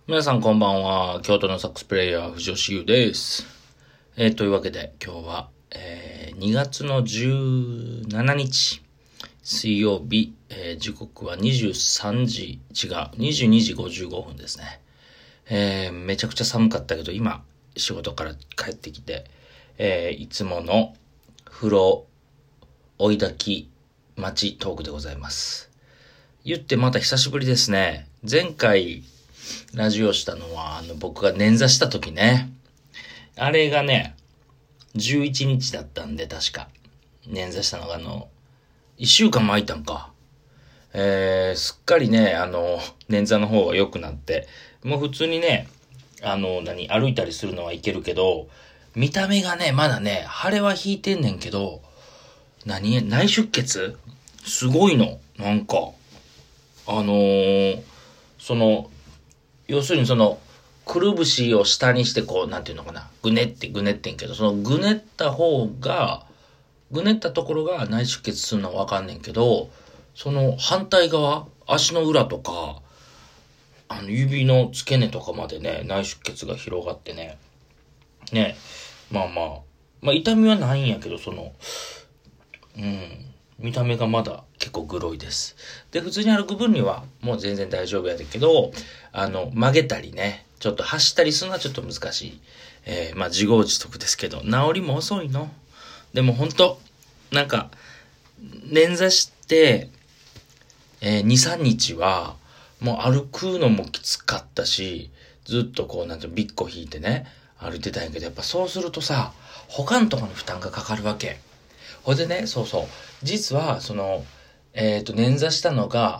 皆さんこんばんは。京都のサックスプレイヤー、藤吉優です。というわけで、今日は、2月の17日、水曜日、時刻は23時、22時55分ですね。めちゃくちゃ寒かったけど、今、仕事から帰ってきて、いつもの風呂、追い焚き、待ちトークでございます。言ってまた久しぶりですね。前回、ラジオしたのは、僕が捻挫した時ね。あれがね、11日だったんで、確か。捻挫したのが1週間も空いたんか。すっかりね、捻挫の方が良くなって、もう普通にね、歩いたりするのはいけるけど、見た目がね、まだね、腫れは引いてんねんけど、内出血すごいの。なんか、要するにくるぶしを下にしてなんていうのかな、ぐねってんけど、ぐねったところが内出血するのはわかんねんけど、反対側、足の裏とか、指の付け根とかまでね、内出血が広がってね、まあ、痛みはないんやけど、見た目がまだ結構グロいです。で、普通に歩く分にはもう全然大丈夫やけど、曲げたりね、ちょっと走ったりするのはちょっと難しい。自業自得ですけど、治りも遅いの。でもほんと、捻挫して、2、3日は、もう歩くのもきつかったし、ずっとビッコ引いてね、歩いてたんやけど、やっぱそうするとさ、他のところに負担がかかるわけ。ほいでね、実は、捻挫したのが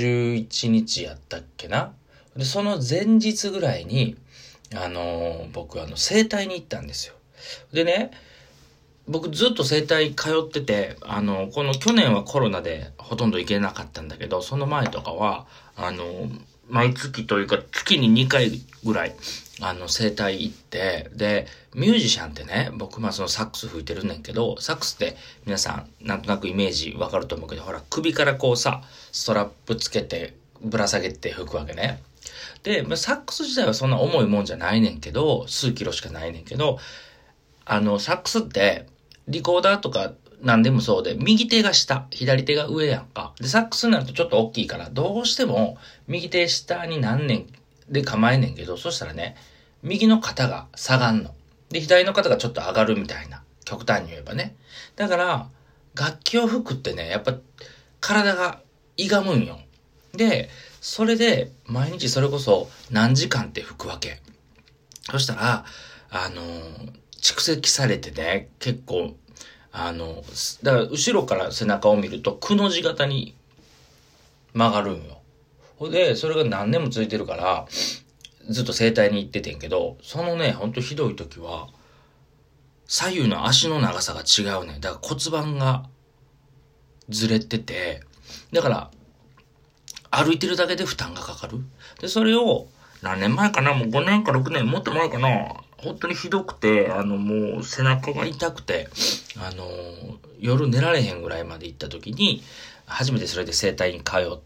11日やったっけな。で、その前日ぐらいに、僕整体に行ったんですよ。でね、僕ずっと整体通ってて、この去年はコロナでほとんど行けなかったんだけど、その前とかは、毎月というか月に2回ぐらい、整体行って、で、ミュージシャンってね、僕サックス吹いてるねんけど、サックスって皆さんなんとなくイメージわかると思うけど、ほら、首からストラップつけてぶら下げて吹くわけね。で、サックス自体はそんな重いもんじゃないねんけど、数キロしかないねんけど、サックスって、リコーダーとか何でもそうで、右手が下、左手が上やんか。で、サックスになるとちょっと大きいから、どうしても右手下になんねんで構えねんけど、そしたらね、右の肩が下がんの。で、左の肩がちょっと上がるみたいな。極端に言えばね。だから、楽器を吹くってね、やっぱ体がいがむんよ。で、それで毎日それこそ何時間って吹くわけ。そしたら、蓄積されてね、結構、だから後ろから背中を見ると、くの字型に曲がるんよ。ほんで、それが何年も続いてるから、ずっと整体に行っててんけど、ほんとひどい時は、左右の足の長さが違うね。だから骨盤がずれてて、だから、歩いてるだけで負担がかかる。で、それを、何年前かな、もう5年か6年、もっと前かな、本当にひどくて、もう背中が痛くて、夜寝られへんぐらいまで行った時に、初めてそれで整体に通って、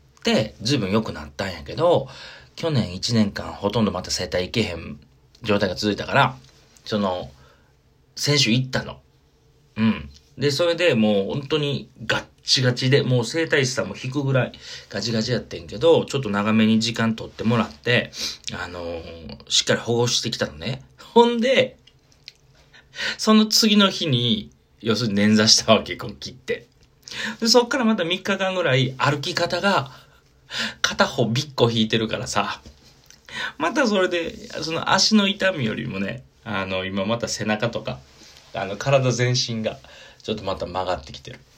ずいぶん良くなったんやけど、去年1年間ほとんどまた整体行けへん状態が続いたから、先週行ったの。うん。で、それでもう本当にガッチガチで、もう整体師さんも引くぐらいガチガチやってんけど、ちょっと長めに時間取ってもらって、しっかり保護してきたのね。ほんで、その次の日に、要するに捻挫したわけ、切って。で、そっからまた3日間ぐらい歩き方が、片方ビッコ引いてるからさ、またそれで、足の痛みよりもね、今また背中とか、体全身が、ちょっとまた曲がってきてる。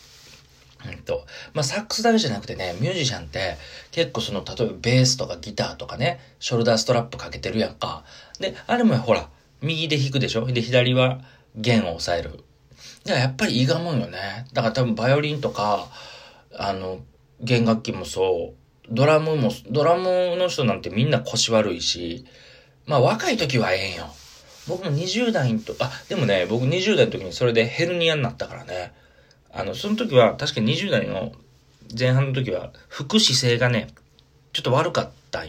サックスだけじゃなくてね、ミュージシャンって結構例えばベースとかギターとかね、ショルダーストラップかけてるやんか。で、あれもほら、右で弾くでしょ？で、左は弦を押さえる。だからやっぱりいがむんよね。だから多分バイオリンとか、弦楽器もそう、ドラムの人なんてみんな腰悪いし、若い時はええんよ。僕も20代でもね、僕20代の時にそれでヘルニアになったからね。その時は確かに20代の前半の時は、吹く姿勢がね、ちょっと悪かったんよ。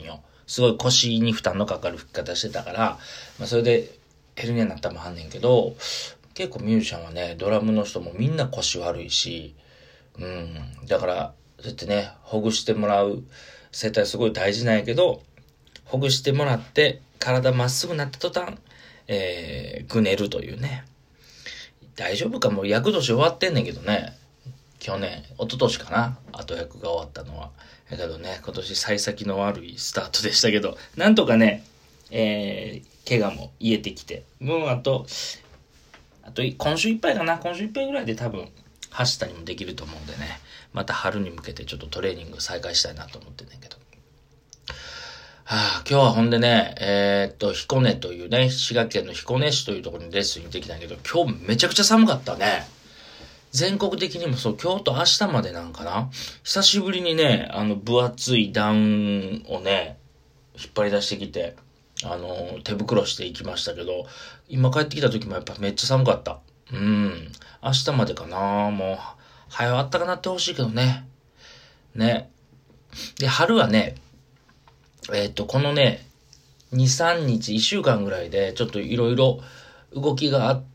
すごい腰に負担のかかる吹き方してたから、まあそれでヘルニアになったのもあんねんけど、結構ミュージシャンはね、ドラムの人もみんな腰悪いし、だから、そうやってね、ほぐしてもらう整体すごい大事なんやけど、ほぐしてもらって体まっすぐなった途端、ぐねるというね。大丈夫か、もう役年終わってんねんけどね。去年、一昨年かな。後役が終わったのは。だけどね、今年幸先の悪いスタートでしたけど、なんとかね、怪我も癒えてきて、もうあと、今週いっぱいかな。今週いっぱいぐらいで多分、走ったりもできると思うんでね。また春に向けてちょっとトレーニング再開したいなと思ってんねんけど。今日はほんでね、彦根というね、滋賀県の彦根市というところにレッスンに行ってきたんやけど、今日めちゃくちゃ寒かったね。全国的にもそう、今日と明日までなんかな。久しぶりにね、分厚いダウンをね、引っ張り出してきて、手袋していきましたけど、今帰ってきた時もやっぱめっちゃ寒かった。明日までかな。もう、早あったかなってほしいけどね。ね。で、春はね、このね、2、3日、1週間ぐらいで、ちょっといろいろ動きがあって、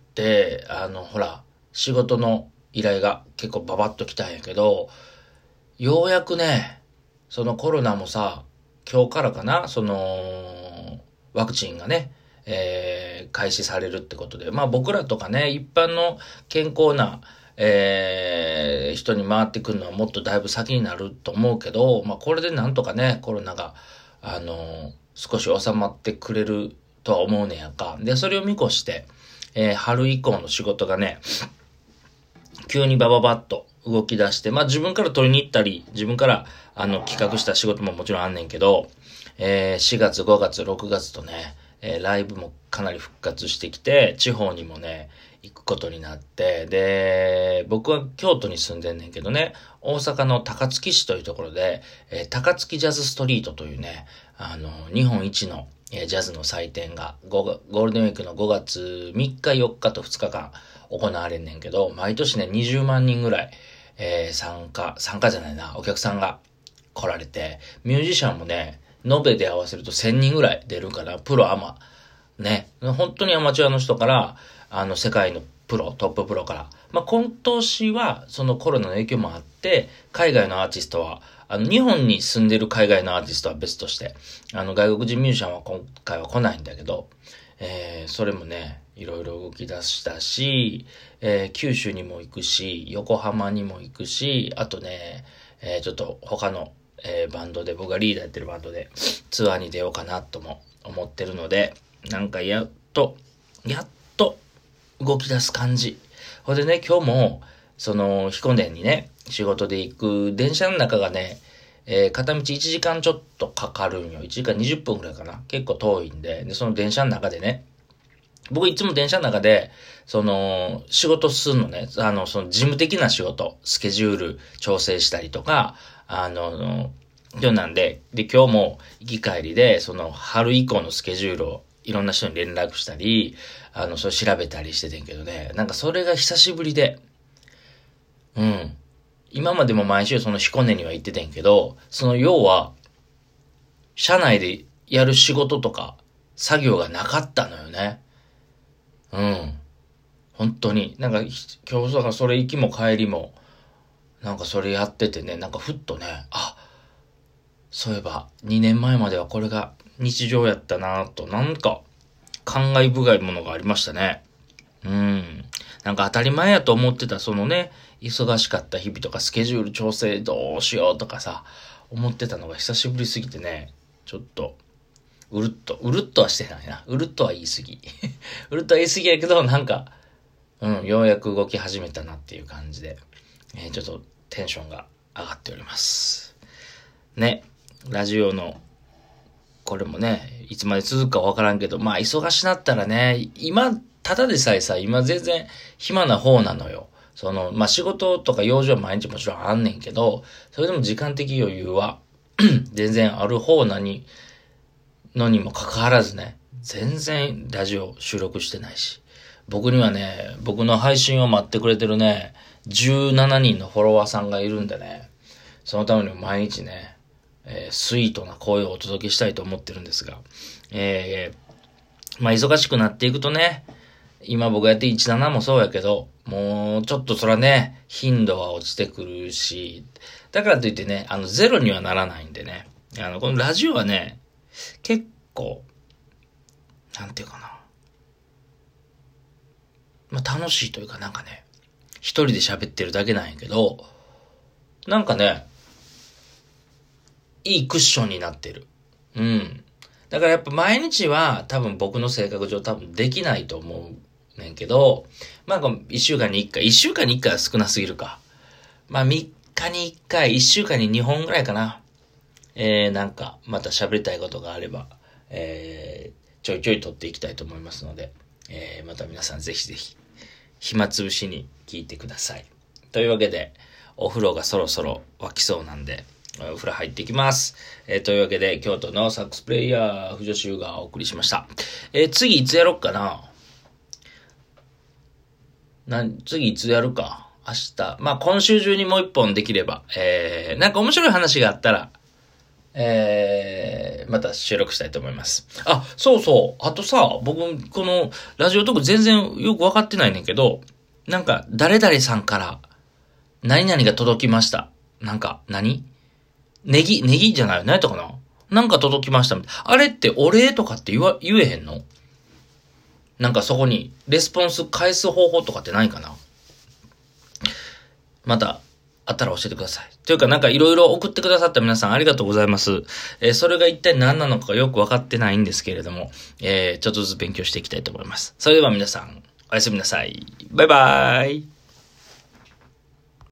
ほら、仕事の依頼が結構ババッと来たんやけど、ようやくね、そのコロナもさ、今日からかな、ワクチンがね、開始されるってことで、まあ僕らとかね、一般の健康な、人に回ってくるのはもっとだいぶ先になると思うけど、まあこれでなんとかね、コロナが、少し収まってくれるとは思うねやんか。で、それを見越して、春以降の仕事がね、急にバババッと動き出して、まあ自分から取りに行ったり、自分から企画した仕事ももちろんあんねんけど、4月、5月、6月とね、ライブもかなり復活してきて、地方にもね、行くことになって、で、僕は京都に住んでんねんけどね、大阪の高槻市というところで、高槻ジャズストリートというね、日本一の、ジャズの祭典がゴールデンウィークの5月3日4日と2日間行われんねんけど、毎年ね、20万人ぐらい、参加じゃないな、お客さんが来られて、ミュージシャンもね、延べで合わせると1000人ぐらい出るから、プロアマ、ね、本当にアマチュアの人から、世界のプロ、トッププロから。まあ、今年は、そのコロナの影響もあって、海外のアーティストは、日本に住んでる海外のアーティストは別として、外国人ミュージシャンは今回は来ないんだけど、それもね、いろいろ動き出したし、九州にも行くし、横浜にも行くし、あとね、ちょっと他の、バンドで、僕がリーダーやってるバンドで、ツアーに出ようかなとも思ってるので、なんかやっと、動き出す感じ。ほんでね、今日も、彦根にね、仕事で行く電車の中がね、片道1時間ちょっとかかるんよ。1時間20分くらいかな。結構遠いんで、その電車の中でね、僕いつも電車の中で、仕事するのね、その事務的な仕事、スケジュール調整したりとか、今日なんで、今日も行き帰りで、春以降のスケジュールをいろんな人に連絡したり、それ調べたりしててんけどね、なんかそれが久しぶりで、今までも毎週彦根には行っててんけど、要は、社内でやる仕事とか、作業がなかったのよね。本当に。なんか、今日それ行きも帰りも、なんかそれやっててね、なんかふっとね、そういえば、2年前まではこれが日常やったなぁと、なんか、感慨深いものがありましたね。なんか当たり前やと思ってた、忙しかった日々とか、スケジュール調整どうしようとかさ、思ってたのが久しぶりすぎてね、ちょっと、うるっとはしてないな。うるっとは言い過ぎ。うるっとは言い過ぎやけど、なんか、ようやく動き始めたなっていう感じで、ちょっとテンションが上がっております。ね、ラジオの、これもね、いつまで続くかわからんけど、まあ忙しなったらね、今、ただでさえさ、今全然暇な方なのよ。まあ仕事とか用事は毎日もちろんあんねんけど、それでも時間的余裕は全然ある方のにもかかわらずね、全然ラジオ収録してないし、僕にはね、僕の配信を待ってくれてるね、17人のフォロワーさんがいるんでね、そのために毎日ね、 スイートな声をお届けしたいと思ってるんですが、まあ忙しくなっていくとね、今僕やって17もそうやけど、もうちょっとそらね、頻度は落ちてくるし、だからといってね、ゼロにはならないんでね、このラジオはね、結構、なんていうかな。まあ楽しいというかなんかね、一人で喋ってるだけなんやけど、なんかね、いいクッションになってる。うん。だからやっぱ毎日は多分僕の性格上多分できないと思うねんけど、まあ一週間に一回は少なすぎるか。まあ3日に一回、一週間に2本ぐらいかな。なんかまた喋りたいことがあれば、ちょいちょい撮っていきたいと思いますので、また皆さんぜひぜひ暇つぶしに聞いてください。というわけで、お風呂がそろそろ沸きそうなんで、お風呂入っていきます。というわけで、京都のサックスプレイヤー、藤吉がお送りしました。次いつやろっかな次いつやるか明日。まあ、今週中にもう一本できれば、なんか面白い話があったら、また収録したいと思います。あ、そうそう。あとさ、僕、このラジオトーク全然よくわかってないねんけど、なんか、誰々さんから、何々が届きました。なんか、ネギじゃないよ。何やったかななんか届きました。あれってお礼とかって言えへんの？なんかそこに、レスポンス返す方法とかってないかな？また、あったら教えてください。というかなんかいろいろ送ってくださった皆さんありがとうございます。それが一体何なのかよくわかってないんですけれども、ちょっとずつ勉強していきたいと思います。それでは皆さん、おやすみなさい。バイバーイ。